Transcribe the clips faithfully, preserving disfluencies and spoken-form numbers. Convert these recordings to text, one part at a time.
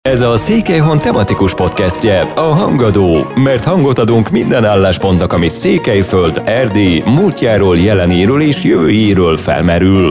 Ez a Székelyhon tematikus podcastje, a Hangadó, mert hangot adunk minden álláspontnak, ami Székelyföld, Erdély, múltjáról, jelenéről és jövőjéről felmerül.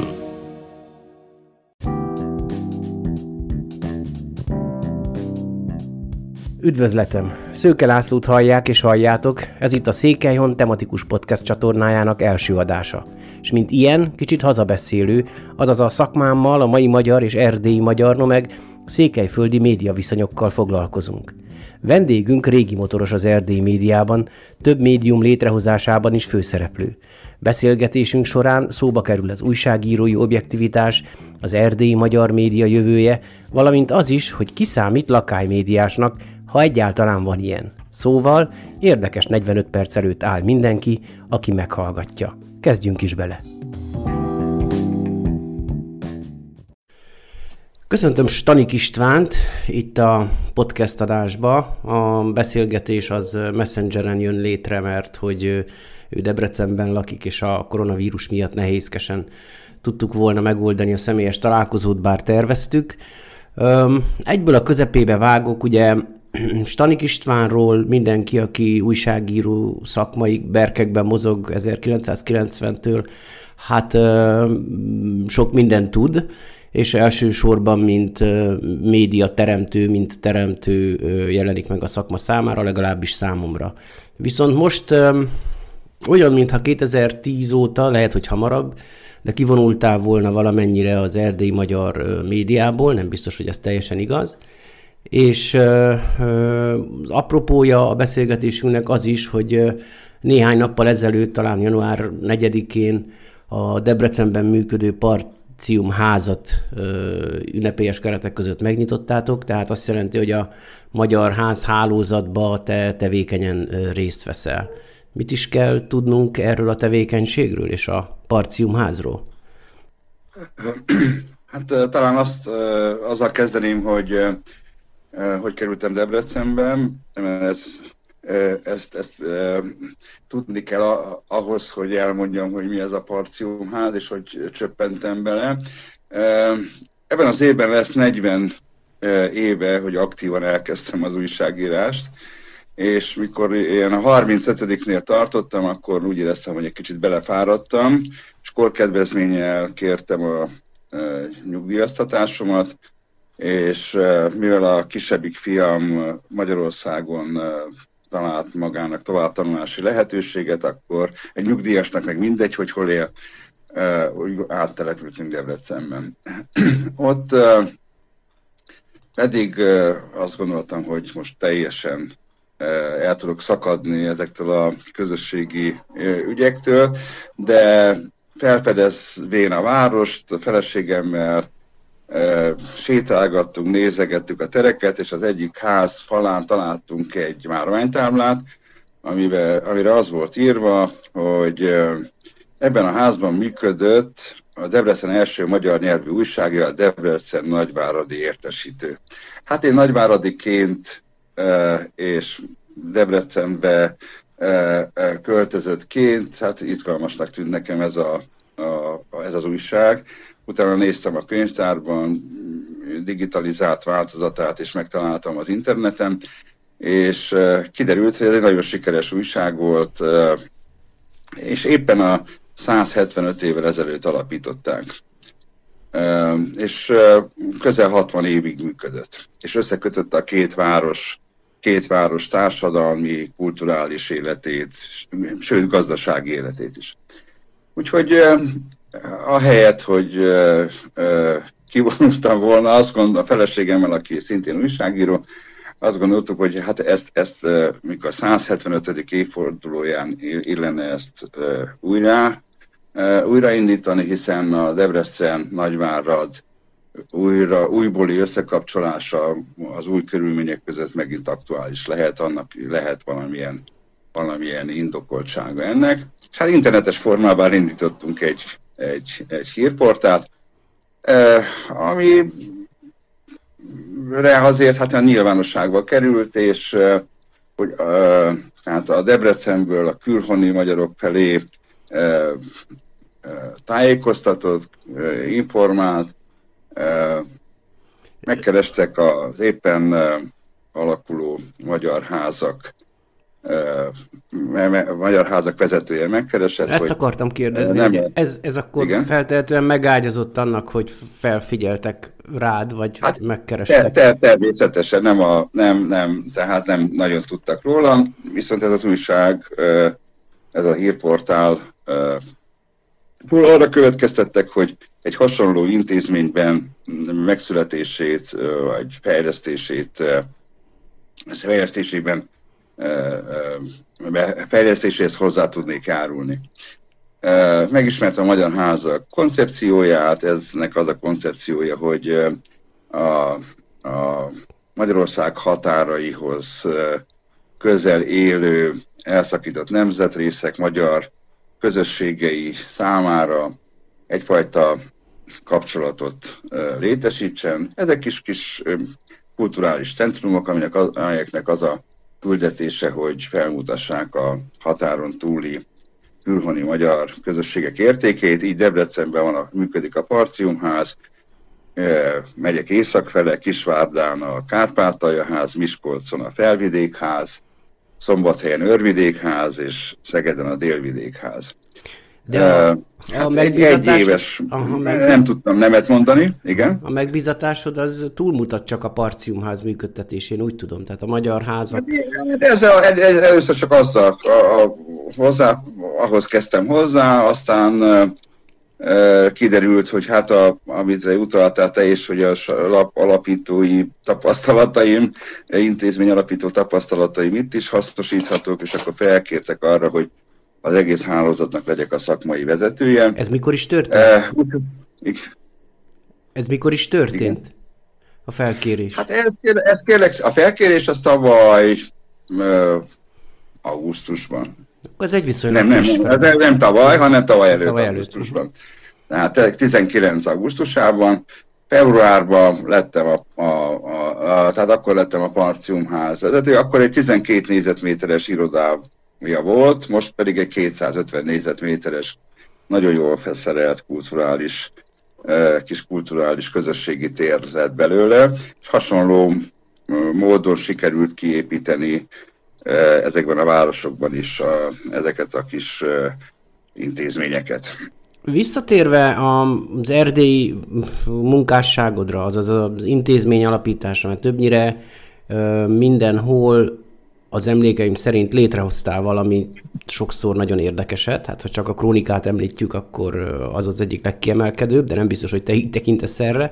Üdvözletem! Szőke Lászlót hallják és halljátok, ez itt a Székelyhon tematikus podcast csatornájának első adása. És mint ilyen, kicsit hazabeszélő, azaz a szakmámmal, a mai magyar és erdélyi magyar, no meg székelyföldi médiaviszonyokkal foglalkozunk. Vendégünk régi motoros az erdélyi médiában, több médium létrehozásában is főszereplő. Beszélgetésünk során szóba kerül az újságírói objektivitás, az erdélyi magyar média jövője, valamint az is, hogy ki számít lakállymédiásnak, ha egyáltalán van ilyen. Szóval érdekes negyvenöt perc előtt áll mindenki, aki meghallgatja. Kezdjünk is bele! Köszöntöm Stanik Istvánt itt a podcast adásba. A beszélgetés az Messengeren jön létre, mert hogy ő Debrecenben lakik, és a koronavírus miatt nehézkesen tudtuk volna megoldani a személyes találkozót, bár terveztük. Egyből a közepébe vágok, ugye Stanik Istvánról mindenki, aki újságíró szakmai berkekben mozog ezerkilencszázkilencventől, hát sok mindent tud, és elsősorban, mint média teremtő, mint teremtő jelenik meg a szakma számára, legalábbis számomra. Viszont most olyan, mintha kétezer-tíz óta, lehet, hogy hamarabb, de kivonultál volna valamennyire az erdélyi magyar médiából, nem biztos, hogy ez teljesen igaz. És az apropója a beszélgetésünknek az is, hogy néhány nappal ezelőtt, talán január negyedikén a Debrecenben működő Partium házat ünnepélyes keretek között megnyitottátok, tehát azt jelenti, hogy a Magyar Ház hálózatba te tevékenyen részt veszel. Mit is kell tudnunk erről a tevékenységről és a Partium házról? Hát talán azt azzal kezdeném, hogy hogy kerültem Debrecenben. Ezt, ezt, ezt tudni kell ahhoz, hogy elmondjam, hogy mi ez a Partium ház, és hogy csöppentem bele. Ebben az évben lesz negyven éve, hogy aktívan elkezdtem az újságírást, és mikor én a harmincötödiknél tartottam, akkor úgy éreztem, hogy egy kicsit belefáradtam, és korkedvezménnyel kértem a nyugdíjaztatásomat, és mivel a kisebbik fiam Magyarországon talált magának továbbtanulási lehetőséget, akkor egy nyugdíjasnak meg mindegy, hogy hol él, úgy áttelepültünk Debrecenben. Ott pedig azt gondoltam, hogy most teljesen el tudok szakadni ezektől a közösségi ügyektől, de felfedezvén a várost, a feleségemmel sétálgattunk, nézegettük a tereket, és az egyik ház falán találtunk egy márványtáblát, amiben, amire az volt írva, hogy ebben a házban működött a Debrecen első magyar nyelvű újságja, a Debrecen Nagyváradi Értesítő. Hát én nagyváradiként és Debrecenbe költözöttként, hát izgalmasnak tűnt nekem ez, a, a, ez az újság. Utána néztem a könyvtárban, digitalizált változatát, és megtaláltam az interneten, és kiderült, hogy ez egy nagyon sikeres újság volt, és éppen a száz hetvenöt évvel ezelőtt alapították. És közel hatvan évig működött, és összekötötte a két város, két város társadalmi, kulturális életét, sőt gazdasági életét is. Úgyhogy ahelyett, hogy uh, uh, kivonultam volna, azt gondolom, a feleségemmel, aki szintén újságíró, azt gondoltuk, hogy hát ezt, ezt uh, mikor a száz hetvenötödik évfordulóján illene ezt uh, újra, uh, újraindítani, hiszen a Debrecen Nagyvárad újra, újbóli összekapcsolása az új körülmények között megint aktuális lehet, annak lehet valamilyen, valamilyen indokoltsága ennek. Hát internetes formában indítottunk egy Egy, egy hírportált, eh, amire azért hát a nyilvánosságba került, és eh, hogy eh, hát a Debrecenből a külhoni magyarok felé eh, eh, tájékoztatott, eh, informált, eh, megkerestek az éppen alakuló magyar házak, magyar házak vezetője megkeresett. Ezt akartam kérdezni, nem, hogy ez, ez akkor igen? feltehetően megágyazott annak, hogy felfigyeltek rád, vagy hát, megkerestek. Ter- természetesen nem, a, nem, nem, tehát nem nagyon tudtak róla, viszont ez az újság, ez a hírportál arra következtettek, hogy egy hasonló intézményben megszületését, vagy fejlesztését, fejlesztésében fejlesztéséhez hozzá tudnék járulni. Megismertem a Magyar Házak koncepcióját, eznek az a koncepciója, hogy a, a Magyarország határaihoz közel élő, elszakított nemzetrészek, magyar közösségei számára egyfajta kapcsolatot létesítsen. Ezek kis-kis kulturális centrumok, amelyeknek az a küldetése, hogy felmutassák a határon túli külhoni magyar közösségek értékét. Így Debrecenben van a, működik a Parciumház, megyek északfele, Kisvárdán a Kárpátaljaház, Miskolcon a Felvidékház, Szombathelyen Örvidékház és Szegeden a Délvidékház. De a, uh, hát a megbízatás... egy éves, aha, meg... nem tudtam nemet mondani, igen. A megbízatásod az túlmutat csak a Parciumház működtetésén, úgy tudom, tehát a magyar házak... Ez a, ez, először csak azzal, a, a, hozzá, ahhoz kezdtem hozzá, aztán uh, kiderült, hogy hát a, amit utaltál te is, hogy a lap alapítói tapasztalataim, intézmény alapító tapasztalataim itt is hasznosíthatók, és akkor felkértek arra, hogy az egész hálózatnak legyek a szakmai vezetője. Ez mikor is történt? Uh, ez mikor is történt? Igen. A felkérés? Hát ez, ez kérlek, a felkérés az tavaly uh, augusztusban. Ez egy viszonylag nem, nem, nem, nem tavaly, hanem tavaly előtt tavaly augusztusban. Előtt. Tehát tizenkilenc augusztusában, februárban lettem a, a, a, a, tehát akkor lettem a Parciumház vezető, akkor egy tizenkét négyzetméteres irodában volt, most pedig egy kétszázötven négyzetméteres, nagyon jól felszerelt kulturális, kis kulturális közösségi tér lett belőle, és hasonló módon sikerült kiépíteni ezekben a városokban is a, ezeket a kis intézményeket. Visszatérve az erdélyi munkásságodra, azaz az intézmény alapításra, mert többnyire mindenhol az emlékeim szerint létrehoztál valami sokszor nagyon érdekeset, hát ha csak a krónikát említjük, akkor az az egyik legkiemelkedőbb, de nem biztos, hogy te így tekintesz erre.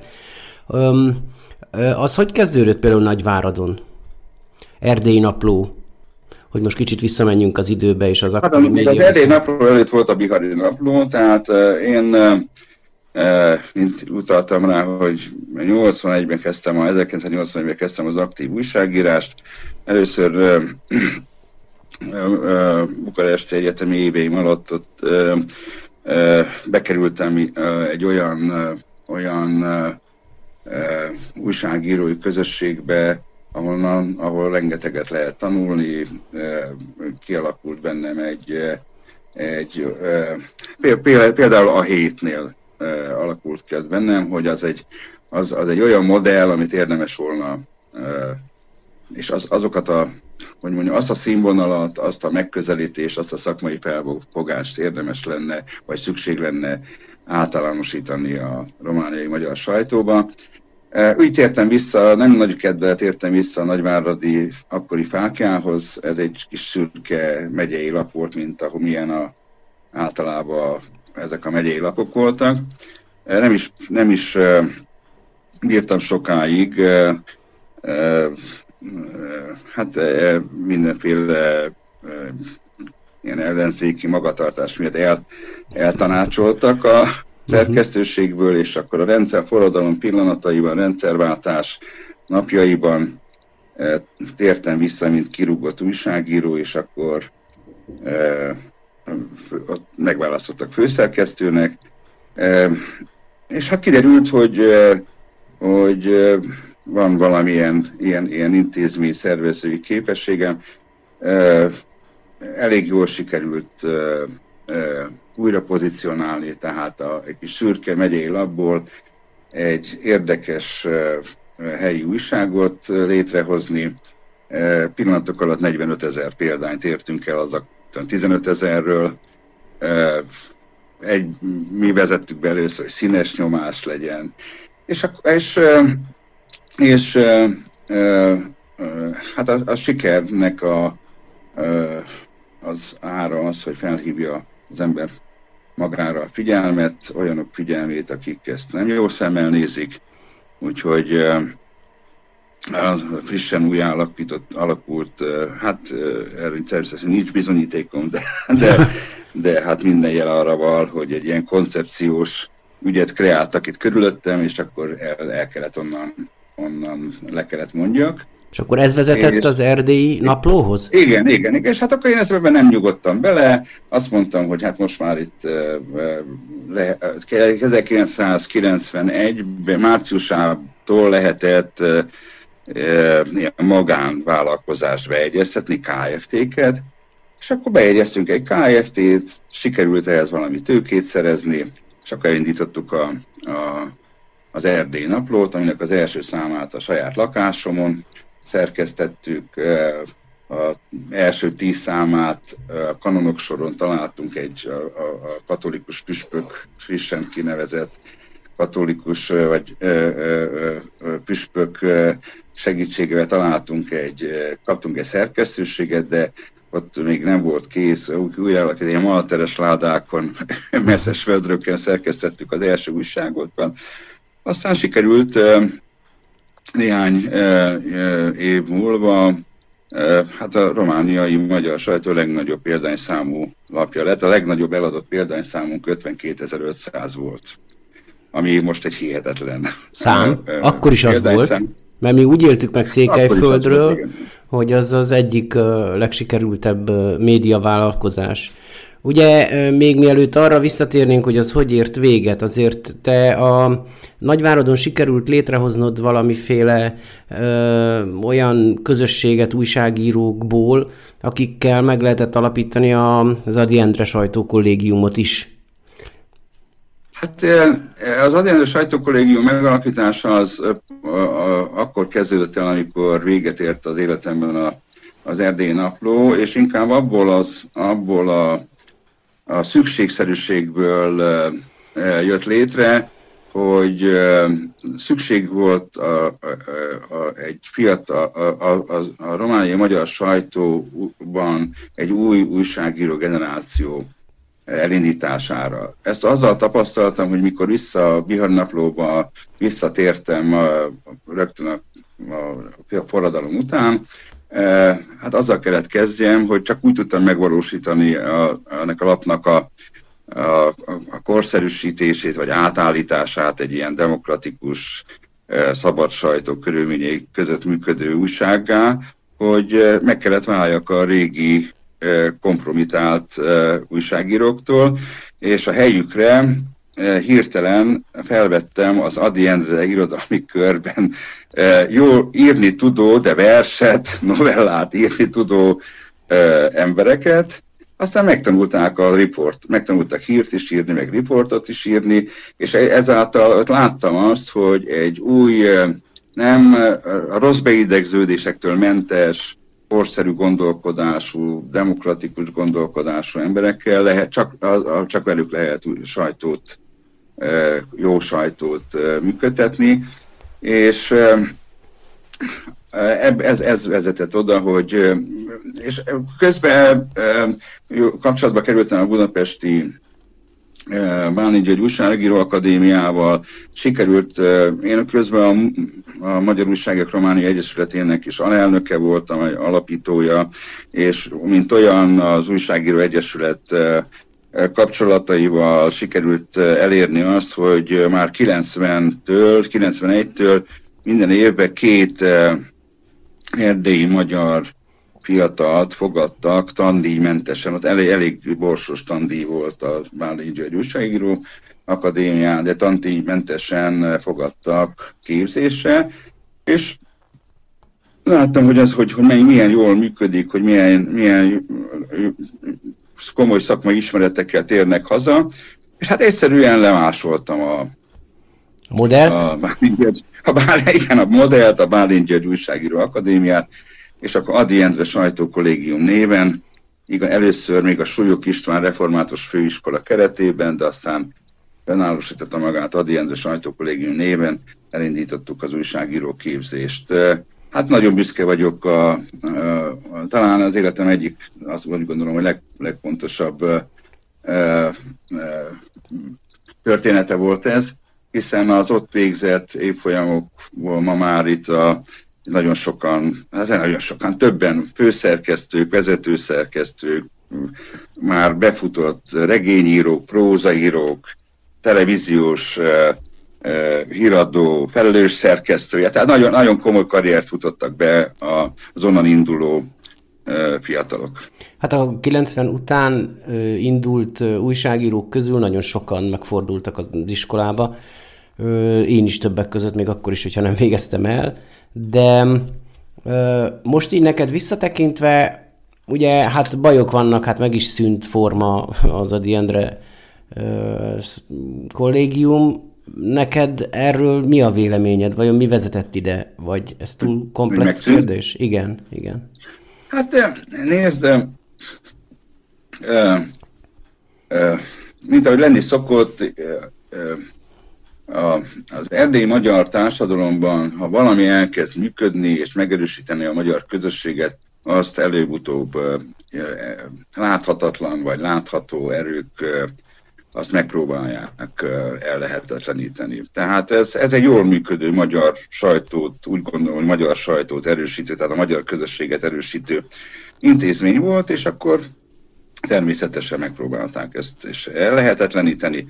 Az hogy kezdődött például Nagyváradon? Erdélyi Napló, hogy most kicsit visszamenjünk az időbe, és az akkori média... Az Erdélyi Napló előtt volt a Bihari Napló, tehát én, mint utaltam rá, hogy nyolcvanegyben kezdtem, a ezerkilencszáznyolcvanegyben kezdtem az aktív újságírást. Először uh, uh, uh, Bukaresti Egyetemi éveim alatt ott uh, uh, bekerültem uh, egy olyan, uh, olyan uh, uh, újságírói közösségbe, ahonnan, ahol rengeteget lehet tanulni, uh, kialakult bennem egy, uh, egy uh, például a hétnél uh, alakult ki bennem, hogy az egy, az, az egy olyan modell, amit érdemes volna uh, és az, azokat a, hogy mondjam, azt a színvonalat, azt a megközelítést, azt a szakmai felfogást érdemes lenne, vagy szükség lenne általánosítani a romániai magyar sajtóba. Úgy tértem vissza, nem nagy kedvel tértem vissza a nagyváradi akkori Fákjához, ez egy kis szürke megyei lap volt, mint ahol milyen a, általában ezek a megyei lapok voltak. Nem is, nem is bírtam sokáig, hát mindenféle ilyen ellenzéki magatartás miatt el, eltanácsoltak a szerkesztőségből, és akkor a rendszerforradalom pillanataiban, rendszerváltás napjaiban tértem vissza, mint kirúgott újságíró, és akkor ott megválasztottak főszerkesztőnek, és hát kiderült, hogy, hogy van valamilyen ilyen, ilyen intézmény szervezői képességem. Elég jól sikerült újra pozícionálni, tehát a, egy kis szürke megyei lapból egy érdekes helyi újságot létrehozni. Pillanatok alatt negyvenötezer példányt értünk el, az a tizenötezerről. Egy, mi vezettük be először, hogy színes nyomás legyen. És, és, és hát a, a sikernek a, az ára az, hogy felhívja az ember magára a figyelmet, olyanok figyelmét, akik ezt nem jó szemmel nézik. Úgyhogy a frissen új alakított, alakult, hát erről természetesen nincs bizonyítékom, de, de, de hát minden jel arra val, hogy egy ilyen koncepciós ügyet kreáltak itt körülöttem, és akkor el, el kellett onnan, onnan le kellett mondjak. És akkor ez vezetett és az erdélyi naplóhoz? Igen, igen, igen, és hát akkor én ezben nem nyugodtam bele, azt mondtam, hogy hát most már itt le, ezerkilencszázkilencvenegy márciusától lehetett ilyen magánvállalkozást beegyeztetni, ká ef té-ket, és akkor beegyeztünk egy ká ef té-t, sikerült ehhez valami tőkét szerezni, és akkor elindítottuk a, a, az Erdélyi Naplót, aminek az első számát a saját lakásomon szerkesztettük, az első tíz számát a kanonok soron találtunk egy a, a, a katolikus püspök, frissen kinevezett katolikus vagy ö, ö, ö, püspök segítségével találtunk egy, kaptunk egy szerkesztőséget, de ott még nem volt kész, újra ilyen malteres ládákon, messzes földrökön szerkesztettük az első újságokat. Aztán sikerült néhány év múlva, hát a romániai magyar sajtó legnagyobb példányszámú lapja lett, a legnagyobb eladott példányszámunk ötvenkétezer-ötszáz volt, ami most egy hihetetlen szám. Akkor is az volt, mert mi úgy éltük meg Székelyföldről, hogy az az egyik legsikerültebb médiavállalkozás. Ugye még mielőtt arra visszatérnénk, hogy az hogy ért véget, azért te a Nagyváradon sikerült létrehoznod valamiféle ö, olyan közösséget újságírókból, akikkel meg lehetett alapítani a, az Ady Endre sajtókollégiumot is. Hát az Ady Endre sajtókollégium megalapítása az a, a, akkor kezdődött el, amikor véget ért az életemben a, az Erdélyi Napló, és inkább abból, az, abból a a szükségszerűségből jött létre, hogy szükség volt a, a, a, egy fiatal, a, a, a, a romániai magyar sajtóban egy új újságíró generáció elindítására. Ezt azzal tapasztaltam, hogy mikor vissza a Bihar Naplóba visszatértem a, rögtön a, a forradalom után, hát azzal kellett kezdjem, hogy csak úgy tudtam megvalósítani a, ennek a lapnak a, a, a korszerűsítését, vagy átállítását egy ilyen demokratikus, szabad sajtó körülményei között működő újsággá, hogy meg kellett váljak a régi kompromitált újságíróktól, és a helyükre hirtelen felvettem az Ady Endre irodalmi körben jól írni tudó, de verset, novellát írni tudó embereket. Aztán megtanulták a riport, megtanultak hírt is írni, meg riportot is írni, és ezáltal láttam azt, hogy egy új, nem a rossz beidegződésektől mentes, korszerű gondolkodású, demokratikus gondolkodású emberekkel lehet, csak, csak velük lehet sajtót, jó sajtót működtetni, és ez, ez vezetett oda, hogy és közben kapcsolatba kerültem a budapesti Bálint György Újságíró Akadémiával, sikerült, én közben a, a Magyar Újságok Romániai Egyesületének is alelnöke voltam, alapítója, és mint olyan az Újságíró Egyesület kapcsolataival sikerült elérni azt, hogy már kilencventől, kilencvenegytől minden évben két erdélyi magyar fiatalt fogadtak tandíjmentesen, ott elég, elég borsos tandíj volt a Bálint György Újságíró Akadémián, de tandíjmentesen fogadtak képzésre, és láttam, hogy az, hogy, hogy milyen jól működik, hogy milyen, milyen komoly szakmai ismeretekkel térnek haza, és hát egyszerűen lemásoltam a, A modellt? A Bálint, a Bálint, igen, a modellt, a Bálint György Újságíró Akadémiát, és akkor Ady Endre Sajtókollégium néven, igen, először még a Súlyog István Református Főiskola keretében, de aztán önállósította magát Ady Endre Sajtókollégium néven, elindítottuk az újságíró képzést. Hát nagyon büszke vagyok, a, a, a, talán az életem egyik, azt úgy gondolom, hogy leg, legfontosabb a, a, a, története volt ez, hiszen az ott végzett évfolyamokból ma már itt a, nagyon sokan, hát nagyon sokan, többen főszerkesztők, vezetőszerkesztők, már befutott regényírók, prózaírók, televíziós uh, uh, híradó, felelős szerkesztője, tehát nagyon, nagyon komoly karriert futottak be az onnan induló uh, fiatalok. Hát a kilencven után uh, indult uh, újságírók közül nagyon sokan megfordultak az iskolába, uh, én is többek között, még akkor is, hogyha nem végeztem el, de uh, most így neked visszatekintve, ugye hát bajok vannak, hát meg is szűnt forma az Ady Endre uh, kollégium. Neked erről mi a véleményed? Vajon mi vezetett ide? Vagy ez túl komplex kérdés? Igen, igen. Hát nézd, uh, uh, mint ahogy lenni szokott, uh, uh, A, az erdélyi magyar társadalomban, ha valami elkezd működni és megerősíteni a magyar közösséget, azt előbb-utóbb uh, láthatatlan vagy látható erők uh, azt megpróbálják uh, ellehetetleníteni. Tehát ez, ez egy jól működő magyar sajtót, úgy gondolom, hogy magyar sajtót erősítő, tehát a magyar közösséget erősítő intézmény volt, és akkor természetesen megpróbálták ezt és ellehetetleníteni.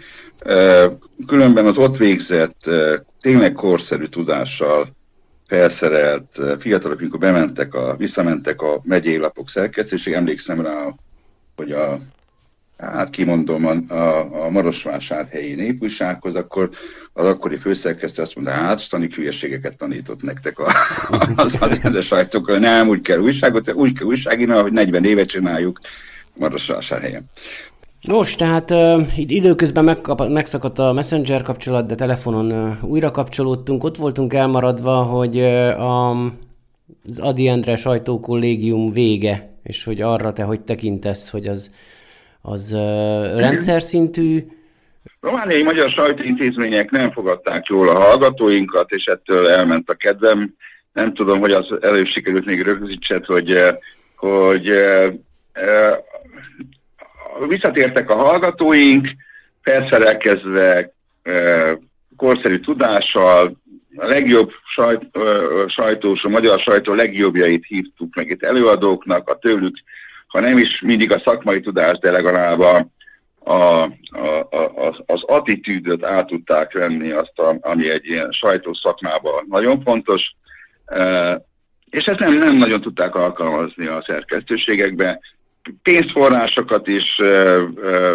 Különben az ott végzett, tényleg korszerű tudással felszerelt fiatalok, amikor bementek, a, visszamentek a megyei lapok szerkesztésig, emlékszem rá, hogy a, hát kimondom, a, a, a Marosvásárhelyi Népújsághoz, akkor az akkori főszerkesztő azt mondta, hát Stanik hülyeségeket tanított nektek a, az Ady sajtókkal, nem úgy kell újságot, úgy kell újságírni, ahogy negyven éve csináljuk Marosvásárhelyen. Nos, tehát uh, itt időközben megkap, megszakadt a Messenger kapcsolat, de telefonon uh, újra kapcsolódtunk. Ott voltunk elmaradva, hogy uh, a, az Ady Endre Sajtókollégium vége, és hogy arra te hogy tekintesz, hogy az, az uh, rendszer szintű. Romániai magyar sajtóintézmények nem fogadták jól a hallgatóinkat, és ettől elment a kedvem. Nem tudom, hogy az előbb sikerült még rögzítsed, hogy, hogy uh, visszatértek a hallgatóink, felszerelkezve e, korszerű tudással, a legjobb sajt, e, sajtós, a magyar sajtó legjobbjait hívtuk meg itt előadóknak, a tőlük, ha nem is mindig a szakmai tudás, de legalább a, a, a, a, az attitűdöt át tudták venni, azt, a, ami egy ilyen sajtószakmában nagyon fontos, e, és ezt nem, nem nagyon tudták alkalmazni a szerkesztőségekbe. Pénzforrásokat is ö, ö,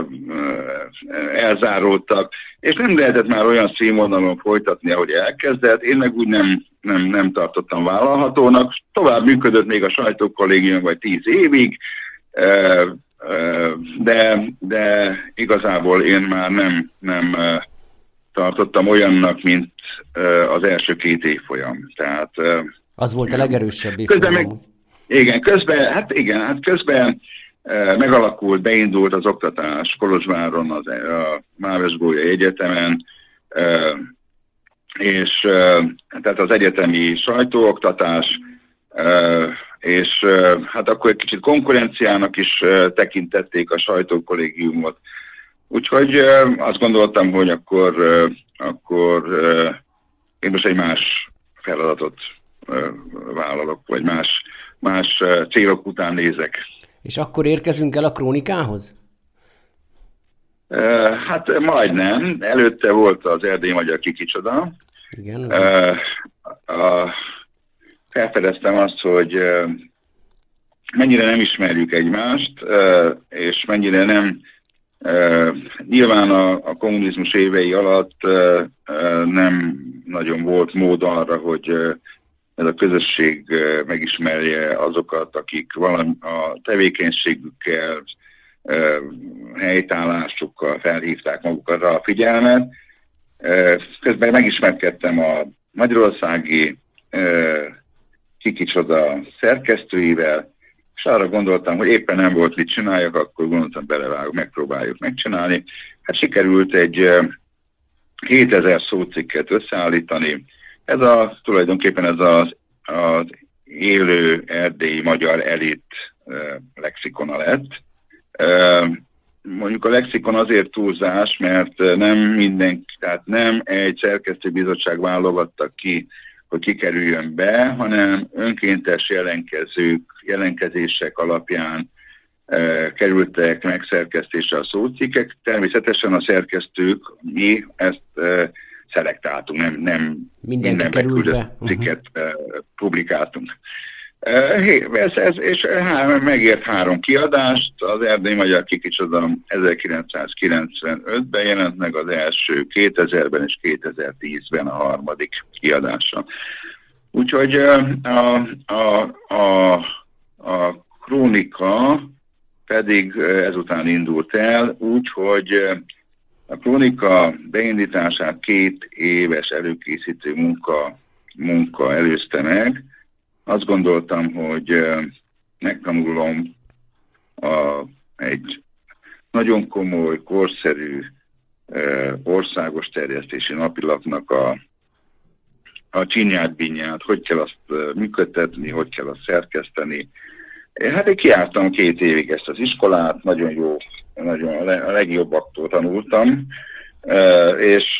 elzáródtak, és nem lehetett már olyan színvonalon folytatni, ahogy elkezdett. Én meg úgy nem, nem, nem tartottam vállalhatónak. Tovább működött még a sajtókollégium vagy tíz évig, ö, ö, de, de igazából én már nem, nem tartottam olyannak, mint az első két évfolyam. Tehát, az volt a legerősebb évfolyam. Igen, közben, hát igen, hát közben e, megalakult, beindult az oktatás Kolozsváron, az, a Mávesgólyai Egyetemen, e, és e, tehát az egyetemi sajtóoktatás, e, és e, hát akkor egy kicsit konkurenciának is e, tekintették a sajtókollégiumot. Úgyhogy e, azt gondoltam, hogy akkor, e, akkor e, én most egy más feladatot e, vállalok, vagy más más célok után nézek. És akkor érkezünk el a krónikához? Hát majdnem. Előtte volt az Erdélyi Magyar Ki kicsoda. Igen. Uh, uh, felfedeztem azt, hogy uh, mennyire nem ismerjük egymást, uh, és mennyire nem uh, nyilván a, a kommunizmus évei alatt uh, uh, nem nagyon volt mód arra, hogy uh, ez a közösség megismerje azokat, akik valami a Közben megismerkedtem a magyarországi Kikicsoda szerkesztőivel, és arra gondoltam, hogy éppen nem volt mit csináljak, akkor gondoltam, belevágok, megpróbáljuk megcsinálni. Hát sikerült egy hétezer szócikket összeállítani. Ez a, tulajdonképpen ez az, az élő erdélyi magyar elit lexikona lett. Mondjuk a lexikon azért túlzás, mert nem mindenki, tehát nem egy szerkesztőbizottság válogattak ki, hogy kikerüljön be, hanem önkéntes jelentkezők, jelentkezések alapján e, kerültek megszerkesztésre a szócikkek. Természetesen a szerkesztők, mi ezt e, szelektáltunk, nem, nem minden beküldött cikket e, publikáltunk. Ez, ez, és há, megért három kiadást, az Erdélyi Magyar Kikicsoda ezerkilencszázkilencvenötben jelent meg az első, kétezerben és kétezer-tízben a harmadik kiadása. Úgyhogy a, a, a, a krónika pedig ezután indult el, úgyhogy a krónika beindítását két éves előkészítő munka, munka előzte meg. Azt gondoltam, hogy megtanulom a, egy nagyon komoly, korszerű országos terjesztési napilapnak a, a csinyát-binyát, hogy kell azt működtetni, hogy kell azt szerkeszteni. Hát én kiártam két évig ezt az iskolát, nagyon jó, nagyon a legjobbaktól tanultam, és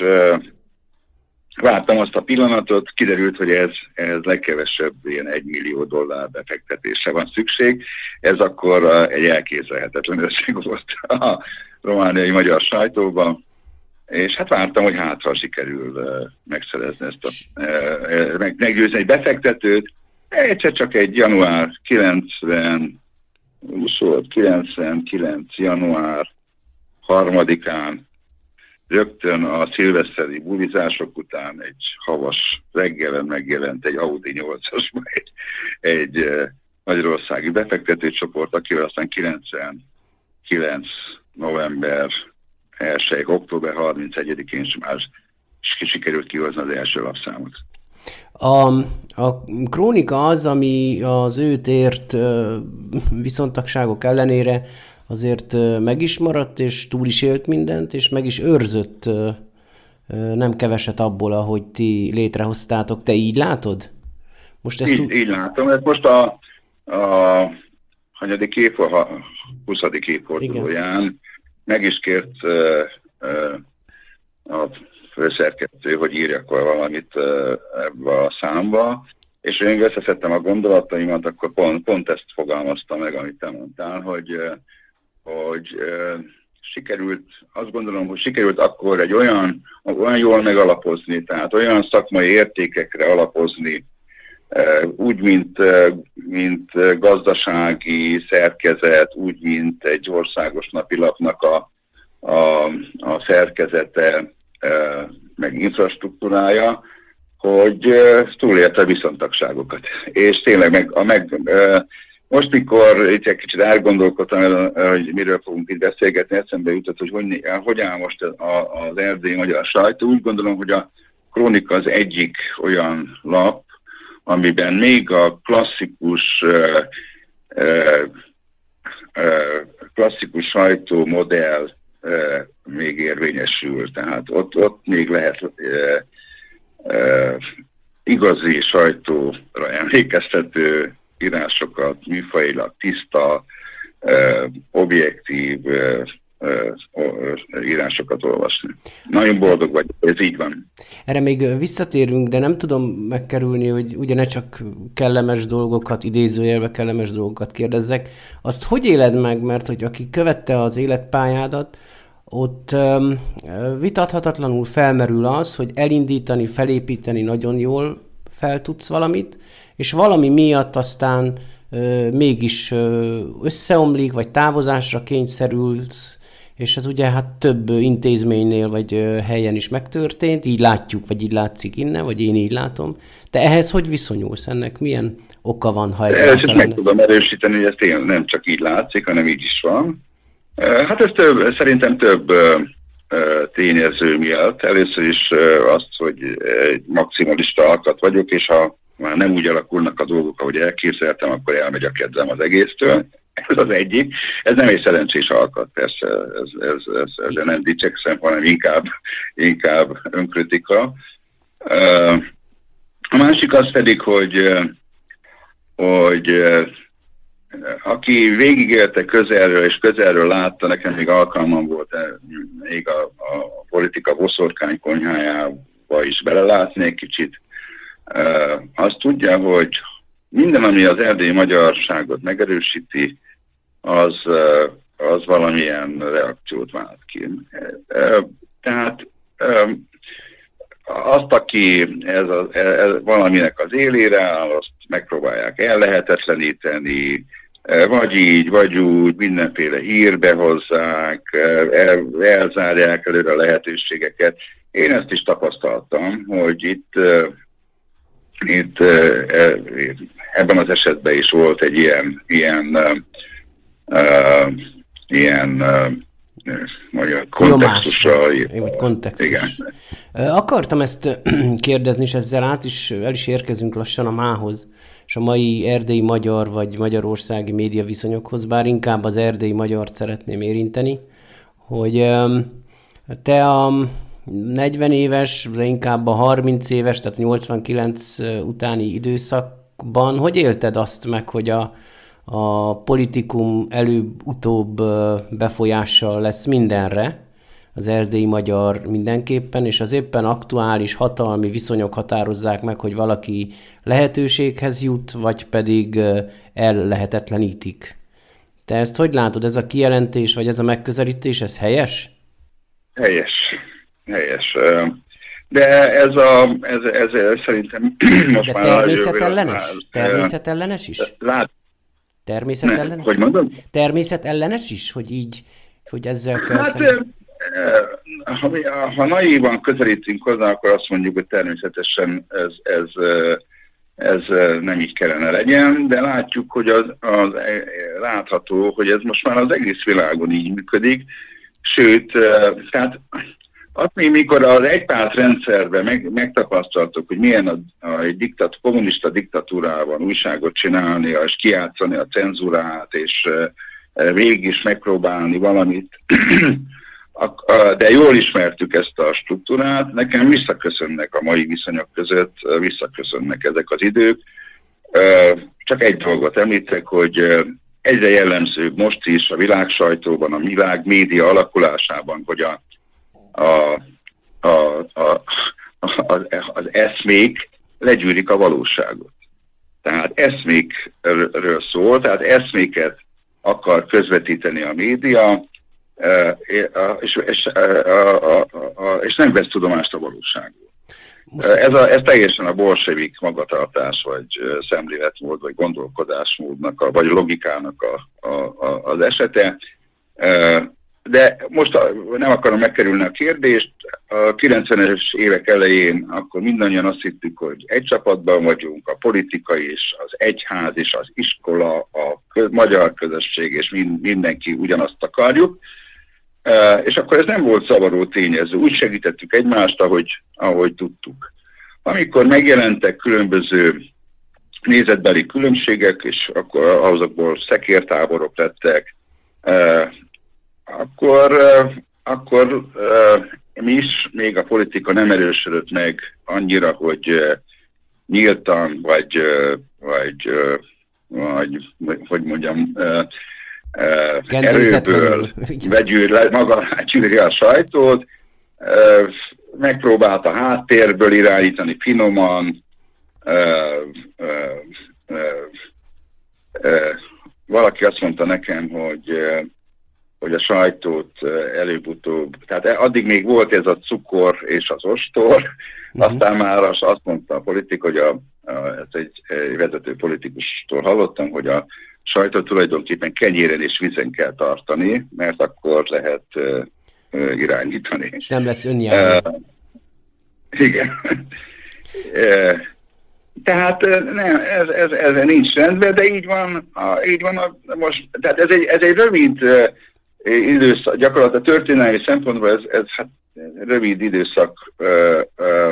vártam azt a pillanatot, kiderült, hogy ez, ez legkevesebb ilyen egymillió dollár befektetésre van szükség. Ez akkor egy elképzelhetetlen összeg volt a romániai magyar sajtóban, és hát vártam, hogy hát ha sikerül megszerezni ezt a, meggyőzni egy befektetőt. Egyszer csak egy január kilencven, is volt, kilencvenkilenc január harmadikán, rögtön a szilveszteri bulizások után egy havas reggelen megjelent egy Audi nyolcasban egy, egy magyarországi befektetőcsoport, akivel aztán kilencvenkilenc november elsejéig, október harmincegyedikén már sikerült kihozni az első lapszámot. A, a krónika az, ami az őt ért viszontagságok ellenére azért meg is maradt, és túl is élt mindent, és meg is őrzött nem keveset abból, ahogy ti létrehoztátok. Te így látod? Most ezt így, tud... így látom. Ez most a, a hanyadik év, a huszadik évfordulóján meg is kért uh, uh, a főszerkesztő, hogy írjak valamit uh, ebbe a számba, és én összeszedtem a gondolataimat, akkor pont, pont ezt fogalmaztam meg, amit te mondtál, hogy uh, hogy uh, sikerült, azt gondolom, hogy sikerült akkor egy olyan, olyan jól megalapozni, tehát olyan szakmai értékekre alapozni, uh, úgy, mint, uh, mint gazdasági szerkezet, úgy, mint egy országos napilapnak a, a, a szerkezete, uh, meg infrastruktúrája, hogy uh, túlélte a viszontagságokat. És tényleg meg, a meg uh, most, mikor itt egy kicsit elgondolkodtam, hogy miről fogunk itt beszélgetni, eszembe jutott, hogy hogy, hogy áll most az erdélyi magyar sajtó. Úgy gondolom, hogy a krónika az egyik olyan lap, amiben még a klasszikus, klasszikus sajtómodell még érvényesül. Tehát ott, ott még lehet igazi sajtóra emlékeztető írásokat, műfajilag tiszta, eh, objektív eh, eh, írásokat olvasni. Nagyon boldog vagyok, ez így van. Erre még visszatérünk, de nem tudom megkerülni, hogy ugye ne csak kellemes dolgokat, idézőjelbe kellemes dolgokat kérdezzek. Azt hogy éled meg, mert hogy aki követte az életpályádat, ott um, vitathatatlanul felmerül az, hogy elindítani, felépíteni nagyon jól fel tudsz valamit, és valami miatt aztán ö, mégis ö, összeomlik, vagy távozásra kényszerülsz, és ez ugye hát több intézménynél, vagy ö, helyen is megtörtént, így látjuk, vagy így látszik innen, vagy én így látom. De ehhez hogy viszonyulsz? Ennek milyen oka van, ha egyáltalán? Ezt meg tudom erősíteni, hogy ez tényleg nem csak így látszik, hanem így is van. Hát ez több, szerintem több tényező miatt. Először is azt, hogy egy maximalista alkat vagyok, és ha már nem úgy alakulnak a dolgok, ahogy elképzeltem, akkor elmegy a kedvem az egésztől. Ez az egyik. Ez nem egy szerencsés alkat, persze, ez, ez, ez, ez nem dicsekszem, hanem inkább, inkább önkritika. A másik az pedig, hogy, hogy aki végigélte közelről, és közelről látta, nekem még alkalmam volt még a, a politika boszorkány konyhájába is belelátni egy kicsit, azt tudja, hogy minden, ami az erdélyi magyarságot megerősíti, az, az valamilyen reakciót vált ki. Tehát azt, aki ez, a, ez valaminek az élére áll, azt megpróbálják ellehetetleníteni, vagy így, vagy úgy, mindenféle hírbe hozzák, el, elzárják előre a lehetőségeket. Én ezt is tapasztaltam, hogy itt, itt ebben az esetben is volt egy ilyen, ilyen, uh, ilyen uh, magyar kontextusra. Vagy kontextus. Igen. Akartam ezt kérdezni, és ezzel át is, el is érkezünk lassan a mához, és a mai erdélyi magyar vagy magyarországi média viszonyokhoz, bár inkább az erdélyi magyart szeretném érinteni, hogy te a negyven éves, de inkább a harminc éves, tehát nyolcvankilenc utáni időszakban, hogy élted azt meg, hogy a, a politikum előbb-utóbb befolyással lesz mindenre, az erdélyi magyar mindenképpen, és az éppen aktuális hatalmi viszonyok határozzák meg, hogy valaki lehetőséghez jut, vagy pedig ellehetetlenítik. Te ezt hogy látod? Ez a kijelentés, vagy ez a megközelítés, ez helyes? Helyes. Helyes. De ez a, ez, ez, ez szerintem most De már... természetellenes? Természetellenes is? Lát... Természetellenes? Ne, hogy mondod? Természetellenes is, hogy így, hogy ezzel kell hát, szemben... Ha, ha naívan közelítünk hozzá, akkor azt mondjuk, hogy természetesen ez, ez, ez nem így kellene legyen, de látjuk, hogy az, az látható, hogy ez most már az egész világon így működik, sőt, tehát azt még mikor az egypárt rendszerben meg, megtapasztaltuk, hogy milyen a, a, egy diktat, kommunista diktatúrában újságot csinálni, és kijátszani a cenzúrát, és végig is megpróbálni valamit, de jól ismertük ezt a struktúrát, nekem visszaköszönnek a mai viszonyok között, visszaköszönnek ezek az idők. Csak egy dolgot említek, hogy egyre jellemzőbb most is a világ sajtóban, a világ média alakulásában, hogy a, a, a, a, a, az eszmék legyűrik a valóságot. Tehát eszmékről szól, tehát eszméket akar közvetíteni a média, és, és, és nem vesz tudomást a valóságról. Ez, a, ez teljesen a bolsevik magatartás, vagy szemléletmód, vagy gondolkodásmódnak, a, vagy logikának a, a, a, az esete. De most nem akarom megkerülni a kérdést. A kilencvenes évek elején akkor mindannyian azt hittük, hogy egy csapatban vagyunk, a politika és az egyház és az iskola, a köz, magyar közösség és mind, mindenki ugyanazt akarjuk. És akkor ez nem volt zavaró tényező. Úgy segítettük egymást, ahogy, ahogy tudtuk. Amikor megjelentek különböző nézetbeli különbségek, és akkor azokból szekértáborok lettek, akkor, akkor mi is, még a politika nem erősödött meg annyira, hogy nyíltan, vagy, vagy, vagy hogy mondjam, erőből vegyül le, maga gyűri a sajtót, megpróbálta háttérből irányítani finoman, valaki azt mondta nekem, hogy, hogy a sajtót előbb-utóbb, tehát addig még volt ez a cukor és az ostor, uh-huh. Aztán már azt mondta a politik, hogy a, a, ezt egy, egy vezető politikustól hallottam, hogy a sajtot tulajdonképpen kenyéren és vízen kell tartani, mert akkor lehet uh, uh, irányítani. És nem lesz önjáró. Uh, igen. uh, tehát uh, nem, ez, ez, ez nincs rendben, de így van, uh, így van a, most, tehát ez egy, ez egy rövid uh, időszak, gyakorlatilag történelmi szempontból ez, ez hát rövid időszakra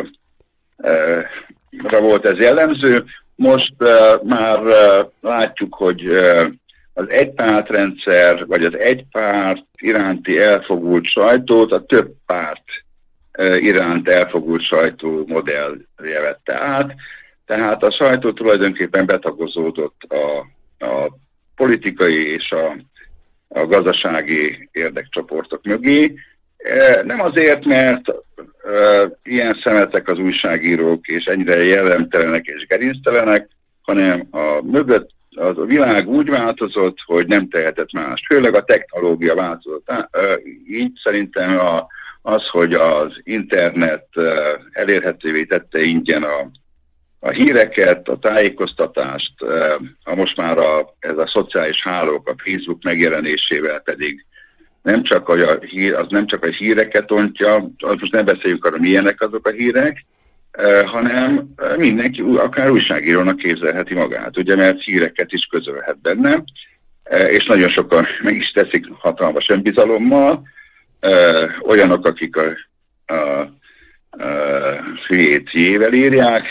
volt ez jellemző. Most uh, már uh, látjuk, hogy uh, az egypártrendszer, vagy az egypárt iránti elfogult sajtót a több párt uh, iránt elfogult sajtó modellje vette át. Tehát a sajtó tulajdonképpen betagozódott a, a politikai és a, a gazdasági érdekcsoportok mögé. Uh, nem azért, mert uh, ilyen szemetek az újságírók, és ennyire jellemtelenek és gerinctelenek, hanem a mögött az a világ úgy változott, hogy nem tehetett más. Főleg a technológia változott. Így szerintem a, az, hogy az internet elérhetővé tette ingyen a, a híreket, a tájékoztatást, a most már a, ez a szociális hálók, a Facebook megjelenésével pedig nem csak a hír, az nem csak a híreket ontja, most nem beszéljünk arra, milyenek azok a hírek, hanem mindenki, akár újságírónak képzelheti magát, ugye, mert híreket is közölhet benne, és nagyon sokan meg is teszik hatalmas önbizalommal, olyanok, akik a, a, a hülyét jével írják,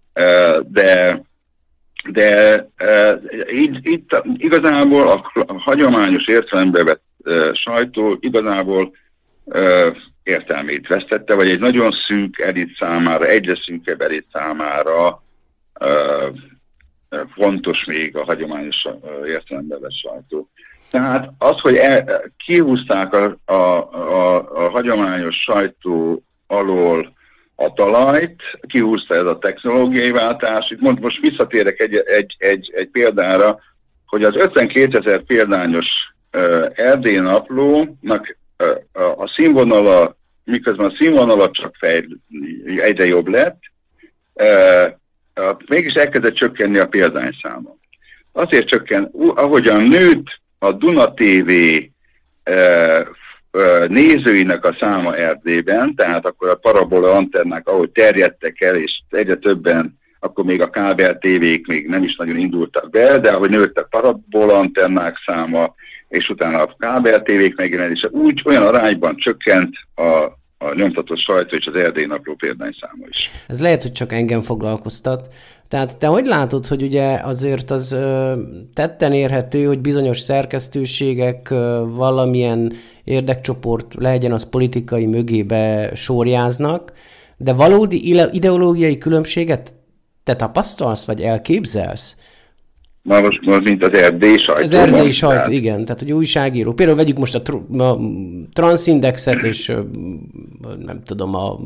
de, de így, itt igazából a, a hagyományos értelembe vett sajtó igazából értelmét vesztette, vagy egy nagyon szűk elit számára, egyre szűkebb elit számára uh, fontos még a hagyományos értelemben vett sajtó. Tehát az, hogy el, kihúzták a, a, a, a hagyományos sajtó alól a talajt, kihúzta ez a technológiai váltás. Itt mond, most visszatérek egy, egy, egy, egy példára, hogy az ötvenkétezer példányos uh, Erdély Naplónak uh, a, a színvonala, miközben a színvonalat csak fejl, egyre jobb lett, uh, uh, mégis elkezdett csökkenni a példányszáma. Azért csökken, ahogyan nőtt a Duna té vé uh, uh, nézőinek a száma Erdélyben, tehát akkor a parabola antennák, ahogy terjedtek el, és egyre többen, akkor még a kábel tévék még nem is nagyon indultak be, de ahogy nőtt a parabola antennák száma, és utána a kábel tévék megjelenése, úgy olyan arányban csökkent a, a nyomtatott sajtó és az Erdély Napló példányszáma is. Ez lehet, hogy csak engem foglalkoztat. Tehát te hogy látod, hogy ugye azért az ö, tetten érhető, hogy bizonyos szerkesztőségek ö, valamilyen érdekcsoport, legyen az politikai mögébe sorjáznak, de valódi ideológiai különbséget te tapasztalsz, vagy elképzelsz? Na most, most mint az erdélyi sajtó. Az erdélyi sajtó, tehát... igen. Tehát, hogy újságíró. Például vegyük most a, tr- a Transindexet, és nem tudom, a,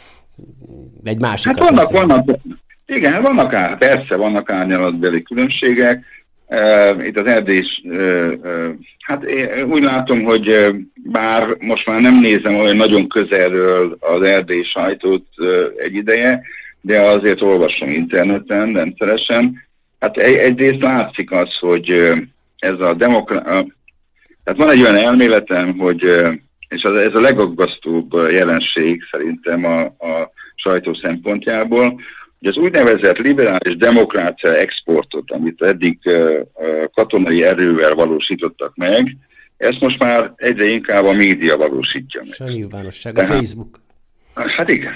egy másikat. Hát vannak, vannak, igen, vannak ár, persze, vannak árnyalatbeli különbségek. Uh, itt az erdély, uh, uh, hát én úgy látom, hogy bár most már nem nézem olyan nagyon közelről az erdélyi sajtót uh, egy ideje, de azért olvasom interneten rendszeresen. Hát egyrészt látszik az, hogy ez a demokrácia, tehát van egy olyan elméletem, hogy, és ez a legaggasztóbb jelenség szerintem a, a sajtó szempontjából, hogy az úgynevezett liberális demokrácia exportot, amit eddig katonai erővel valósítottak meg, ezt most már egyre inkább a média valósítja meg. És a nyilvánosság, a Facebook. Hát igen.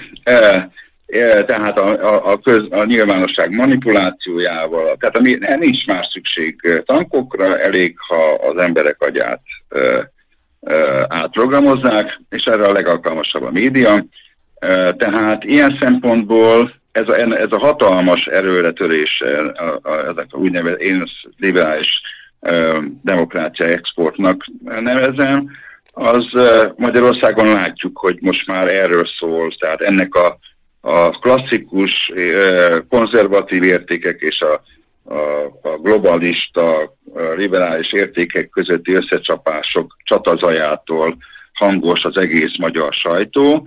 Tehát a, a, a, köz, a nyilvánosság manipulációjával, tehát ami, nincs más szükség tankokra, elég, ha az emberek agyát ö, ö, átprogramozzák, és erre a legalkalmasabb a média. Ö, tehát ilyen szempontból ez a, ez a hatalmas erőretörés, a, a, ezek a úgynevezett én liberális ö, demokrácia exportnak nevezem, az ö, Magyarországon látjuk, hogy most már erről szól, tehát ennek a a klasszikus konzervatív értékek és a, a, a globalista, a liberális értékek közötti összecsapások csatazajától hangos az egész magyar sajtó.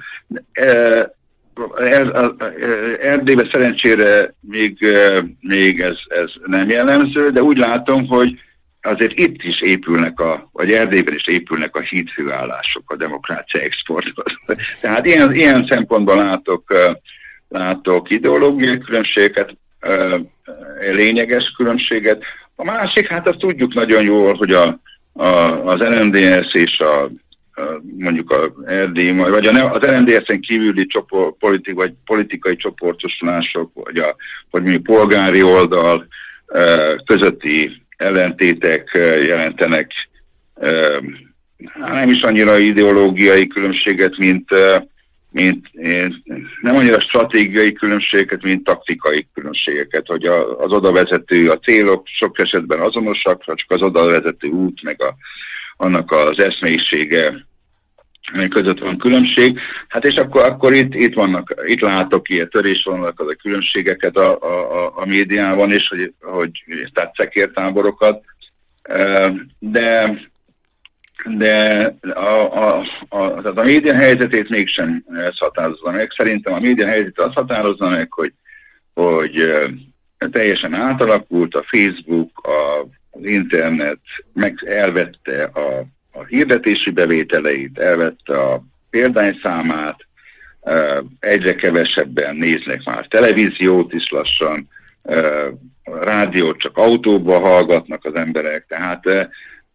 Erdélyben szerencsére még, még ez, ez nem jellemző, de úgy látom, hogy azért itt is épülnek, a, vagy Erdélyben is épülnek a hídfőállások a demokrácia exporthoz. Tehát ilyen, ilyen szempontból látok, látok ideológiai különbséget, lényeges különbséget. A másik, hát azt tudjuk nagyon jól, hogy a, az en em dé es és a mondjuk az Erdély, vagy az en em dé es-en kívüli csoport, politik, vagy politikai csoportosulások, vagy, a, vagy mondjuk polgári oldal közötti ellentétek jelentenek nem is annyira ideológiai különbséget, mint, mint nem annyira stratégiai különbségeket, mint taktikai különbségeket, hogy az oda vezető, a célok sok esetben azonosak, csak az oda vezető út, meg a, annak az eszmeisége között van különbség. Hát és akkor, akkor itt, itt, vannak, itt látok ilyen törésvonalakat, a különbségeket a, a, a médiában is, hogy, hogy tehát szekértáborokat, de de a, a, a, a média helyzetét mégsem ez határozza meg. Szerintem a média helyzetét azt határozza meg, hogy, hogy teljesen átalakult a Facebook, a, az internet, meg elvette a, a hirdetési bevételeit, elvette a példányszámát, egyre kevesebben néznek már televíziót is lassan, a rádiót csak autóba hallgatnak az emberek, tehát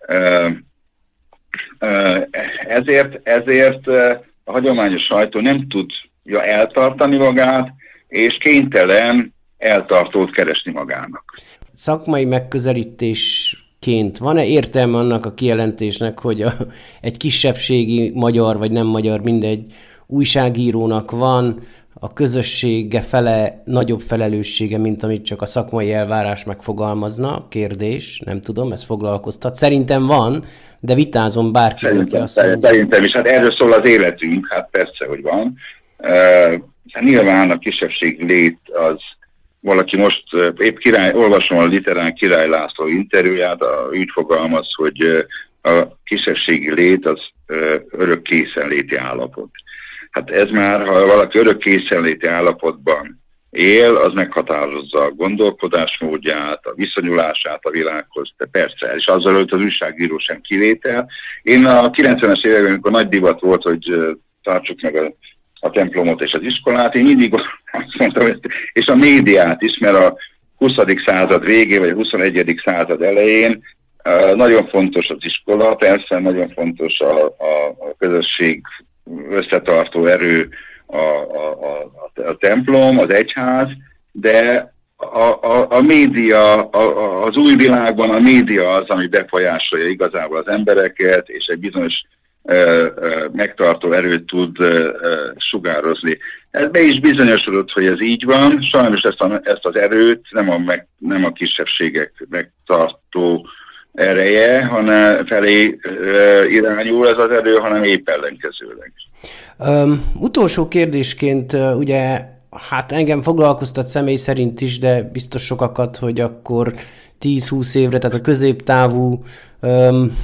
ezért, ezért a hagyományos sajtó nem tudja eltartani magát, és kénytelen eltartót keresni magának. Szakmai megközelítésként van-e értelme annak a kijelentésnek, hogy a, egy kisebbségi magyar vagy nem magyar, mindegy újságírónak van a közössége fele nagyobb felelőssége, mint amit csak a szakmai elvárás megfogalmazna? Kérdés, nem tudom, ez foglalkoztat. Szerintem van, de vitázom bárki, aki azt mondja. Szerintem is, hát erről szól az életünk, hát persze, hogy van. Uh, nyilván a kisebbségi lét az valaki most, uh, épp király, olvasom a Literán Király László interjúját, a, úgy fogalmaz, hogy uh, a kisebbségi lét az uh, örök készenléti állapot. Hát ez már, ha valaki örök készenléti állapotban él, az meghatározza a gondolkodásmódját, a viszonyulását a világhoz, de persze, és azzal, hogy az újságíró sem kivétel. Én a kilencvenes években, amikor nagy divat volt, hogy tartsuk meg a, a templomot és az iskolát, én mindig azt mondtam, hogy, és a médiát is, mert a huszadik század végén, vagy a huszonegyedik század elején nagyon fontos az iskola, persze nagyon fontos a, a, a közösség összetartó erő, a, a, a, a templom, az egyház, de a, a, a média, a, az új világban a média az, ami befolyásolja igazából az embereket, és egy bizonyos e, e, megtartó erőt tud e, sugározni. Ez be is bizonyosodott, hogy ez így van. Sajnos ezt, a, ezt az erőt nem a, meg, nem a kisebbségek megtartó ereje, hanem felé e, irányul ez az erő, hanem épp ellenkezőleg. Um, utolsó kérdésként uh, ugye, hát engem foglalkoztat személy szerint is, de biztos sokakat, hogy akkor tíz-húsz évre, tehát a középtávú um,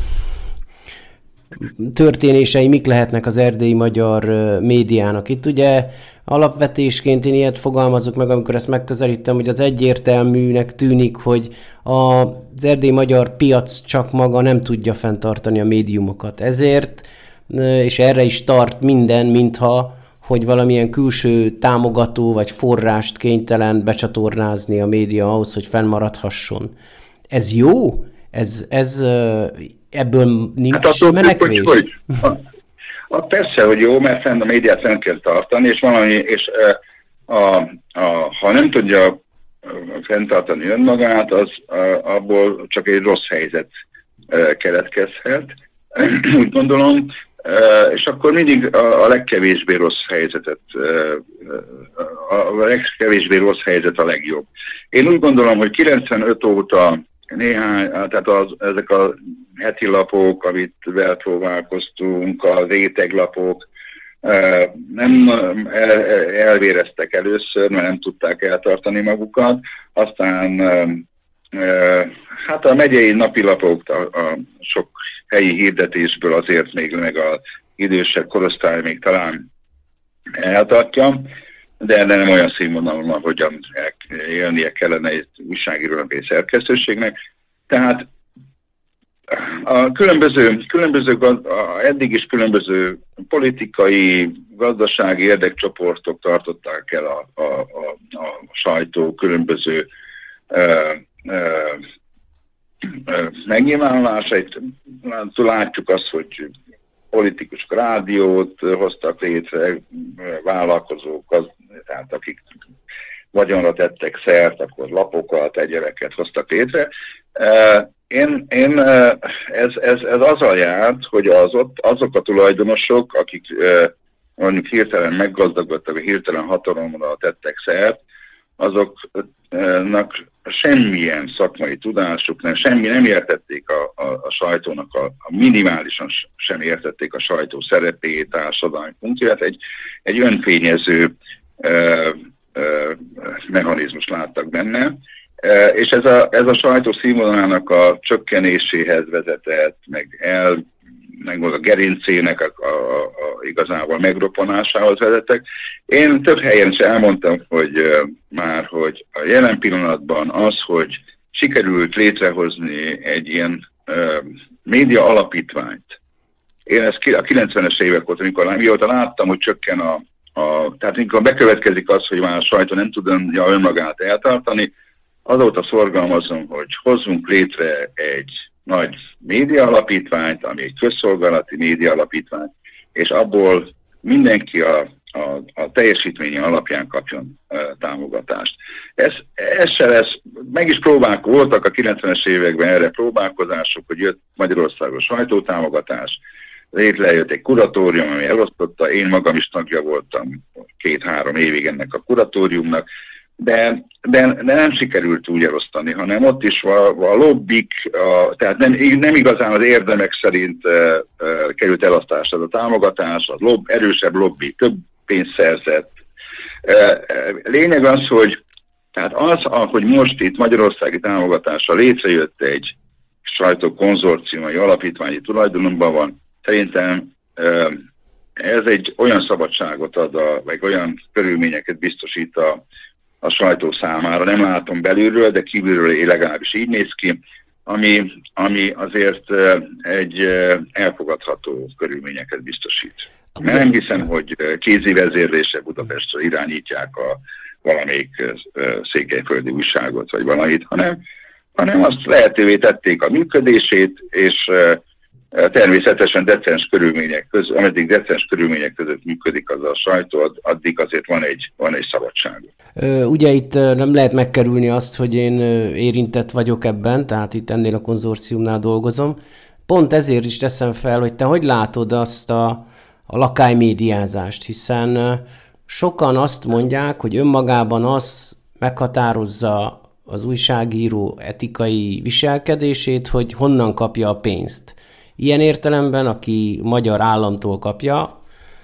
történései mik lehetnek az erdélyi magyar uh, médiának. Itt ugye alapvetésként én ilyet fogalmazok meg, amikor ezt megközelítem, hogy az egyértelműnek tűnik, hogy az erdélyi magyar piac csak maga nem tudja fenntartani a médiumokat. Ezért és erre is tart minden, mintha, hogy valamilyen külső támogató vagy forrást kénytelen becsatornázni a média ahhoz, hogy fennmaradhasson. Ez jó? Ez, ez ebből nincs hát attól menekvés? Hogy, hogy, a, persze, hogy jó, mert fenn a médiát fenn kell tartani, és valami, és a, a, ha nem tudja fenntartani önmagát, az a, abból csak egy rossz helyzet keletkezhet. Úgy gondolom, Uh, és akkor mindig a, a legkevésbé rossz helyzetet, uh, a legkevésbé rossz helyzet a legjobb. Én úgy gondolom, hogy kilencvenöt óta néhány, tehát az, ezek a heti lapok, amit belpróbálkoztunk, a réteglapok, uh, nem el, elvéreztek először, mert nem tudták eltartani magukat, aztán uh, uh, hát a megyei napilapok, a, a sok helyi hirdetésből azért még meg az idősebb korosztály még talán eltartja, de nem olyan színvonalon, ahogyan élnie kellene egy újságírónak és szerkesztőségnek. Tehát a különböző, különböző a eddig is különböző politikai, gazdasági érdekcsoportok tartották el a, a, a, a sajtó különböző uh, uh, megnyilvánulásait. Látjuk azt, hogy politikusok rádiót hoztak létre, vállalkozók, az, tehát akik vagyonra tettek szert, akkor lapokat, egyebeket hoztak létre. Én, én ez, ez, ez azzal járt, hogy az ott, azok a tulajdonosok, akik mondjuk hirtelen meggazdagodtak, hirtelen hatalomra tettek szert, azoknak semmilyen szakmai tudásuk, nem, semmi nem értették a, a, a sajtónak, a, a minimálisan sem értették a sajtó szerepét, társadalmi funkcióját, egy, egy önfényező ö, ö, mechanizmus láttak benne, e, és ez a, ez a sajtó színvonalának a csökkenéséhez vezetett, meg el meg a gerincének a, a, a, a igazából megroppanásához vezettek. Én több helyen is elmondtam, hogy uh, már, hogy a jelen pillanatban az, hogy sikerült létrehozni egy ilyen uh, média alapítványt. Én ezt a kilencvenes évek óta, amikor mióta láttam, hogy csökken a, a... Tehát amikor bekövetkezik az, hogy már a sajtó nem tudja önmagát eltartani, azóta szorgalmazom, hogy hozzunk létre egy nagy média alapítványt, ami egy közszolgálati média alapítvány, és abból mindenki a, a, a teljesítménye alapján kapjon uh, támogatást. Ez, ez se lesz, meg is próbálkoztak, voltak a kilencvenes években erre próbálkozások, hogy jött Magyarországos sajtótámogatás, létrejött egy kuratórium, ami elosztotta, én magam is tagja voltam két-három évig ennek a kuratóriumnak, De, de, de nem sikerült úgy elosztani, hanem ott is a, a lobbik, a, tehát nem, nem igazán az érdemek szerint e, e, került elosztásra a támogatás, az lobb, erősebb lobby, több pénzt szerzett. E, e, lényeg az, hogy tehát az, ahogy most itt magyarországi támogatásra létrejött egy sajtókonzorcium, egy alapítványi tulajdonban van, szerintem e, ez egy olyan szabadságot ad, a, vagy olyan körülményeket biztosít a a sajtó számára. Nem látom belülről, de kívülről legalábbis így néz ki, ami, ami azért egy elfogadható körülményeket biztosít. Mert nem hiszem, hogy kézi vezérlése Budapestre irányítják a valamelyik székelyföldi újságot, vagy valamit, hanem, hanem azt lehetővé tették a működését, és természetesen decens körülmények között, ameddig decens körülmények között működik az a sajtó, addig azért van egy, van egy szabadság. Ugye itt nem lehet megkerülni azt, hogy én érintett vagyok ebben, tehát itt ennél a konzorciumnál dolgozom. Pont ezért is teszem fel, hogy te hogy látod azt a, a lakálymédiázást, hiszen sokan azt mondják, hogy önmagában az meghatározza az újságíró etikai viselkedését, hogy honnan kapja a pénzt. Ilyen értelemben, aki magyar államtól kapja,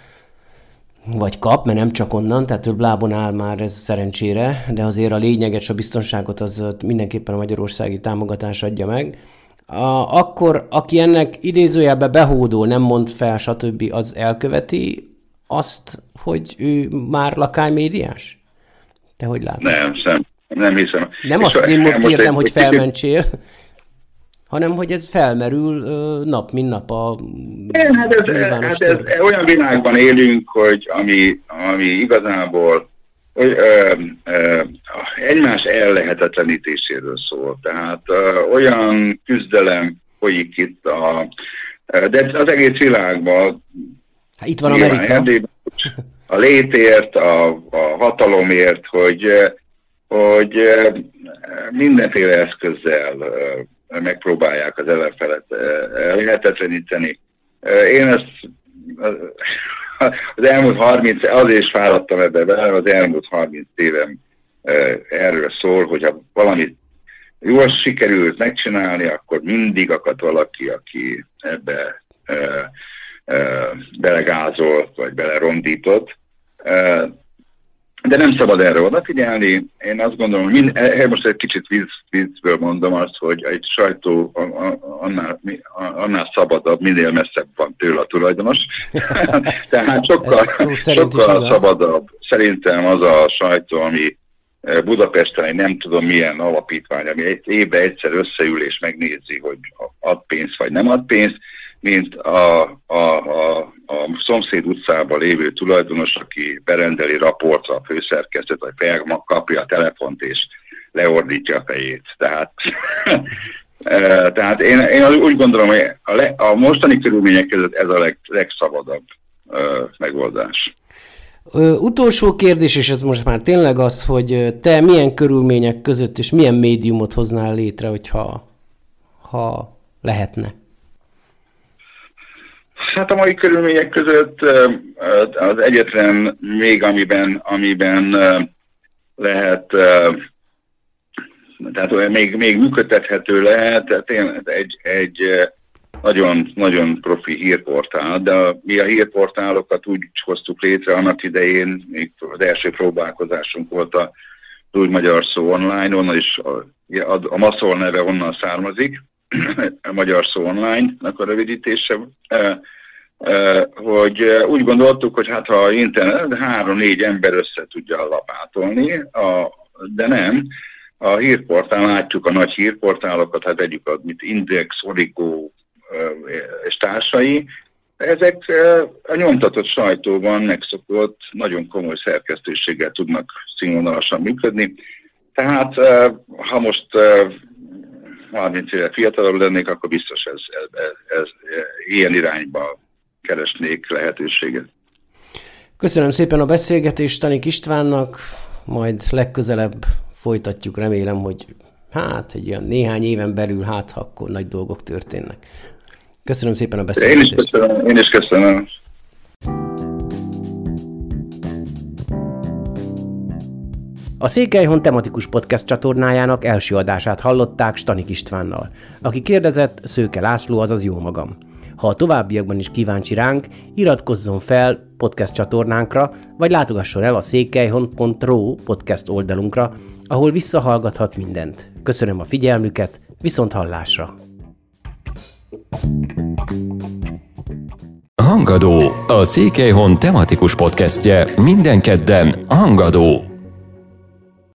vagy kap, mert nem csak onnan, tehát több lábon áll már ez szerencsére, de azért a lényeget és a biztonságot az mindenképpen a magyarországi támogatás adja meg. A, akkor, aki ennek idézőjelbe behódol, nem mond fel, stb., az elköveti azt, hogy ő már lakánymédiás? Te hogy látod? Nem, nem, nem hiszem. Nem és azt én kérdem, hogy felmentsél, hanem hogy ez felmerül nap, mint nap a Igen, hát ez, hát ez, olyan világban élünk, hogy ami, ami igazából hogy, ö, ö, egymás ellehetetlenítéséről szól. Tehát ö, olyan küzdelem folyik itt, a, de az egész világban. Hát itt van Amerika. A létért, a, a hatalomért, hogy, hogy mindenféle eszközzel megpróbálják az ellenfelet lehetetleníteni. Én ezt az elmúlt harminc, azért is fáradtam ebbe bele, az elmúlt harminc évem erről szól, hogyha valamit jól sikerült megcsinálni, akkor mindig akad valaki, aki ebbe belegázolt, vagy belerondított. De nem szabad erre odafigyelni. Én azt gondolom, hogy mind, most egy kicsit vicc, viccből mondom azt, hogy egy sajtó annál, annál szabadabb, minél messzebb van tőle a tulajdonos. Tehát sokkal, sokkal szabadabb szerintem az a sajtó, ami Budapesten nem tudom milyen alapítvány, ami egy évben egyszer összeül és megnézi, hogy ad pénzt vagy nem ad pénzt, mint a, a, a, a szomszéd utcában lévő tulajdonos, aki berendeli raportra a főszerkesztőt, vagy felkapja a telefont és leordítja a fejét. Tehát Tehát én, én úgy gondolom, hogy a, le, a mostani körülmények között ez a leg, legszabadabb megoldás. Ö, utolsó kérdés, és ez most már tényleg az, hogy te milyen körülmények között és milyen médiumot hoznál létre, hogyha ha lehetne? Hát a mai körülmények között az egyetlen még, amiben, amiben lehet, tehát még, még működtethető lehet, tehát egy, egy nagyon, nagyon profi hírportál, de mi a hírportálokat úgy hoztuk létre annak idején, még az első próbálkozásunk volt a Új Magyar Szó Online, onnan is a, a, a Maszol neve onnan származik, a Magyar Szó Online-nak a rövidítése, hogy úgy gondoltuk, hogy hát ha internet három-négy ember össze tudja lapátolni, a, de nem. A hírportálon látjuk a nagy hírportálokat, hát vegyük a mit Index, Origó és társai. Ezek a nyomtatott sajtóban megszokott, nagyon komoly szerkesztőséggel tudnak színvonalasan működni. Tehát ha most harminc éve fiatalabb lennék, akkor biztos ez, ez, ez, ez ilyen irányba keresnék lehetőséget. Köszönöm szépen a beszélgetést Tanik Istvánnak, majd legközelebb folytatjuk, remélem, hogy hát egy olyan néhány éven belül, hát ha akkor nagy dolgok történnek. Köszönöm szépen a beszélgetést. Én is köszönöm. Én is köszönöm. A Székelyhon tematikus podcast csatornájának első adását hallották Stanik Istvánnal. Aki kérdezett, Szőke László, azaz jó magam. Ha a továbbiakban is kíváncsi ránk, iratkozzon fel podcast csatornánkra, vagy látogasson el a székelyhon pont ro podcast oldalunkra, ahol visszahallgathat mindent. Köszönöm a figyelmüket, viszont hallásra! Hangadó, a Székelyhon tematikus podcastje minden kedden Hangadó.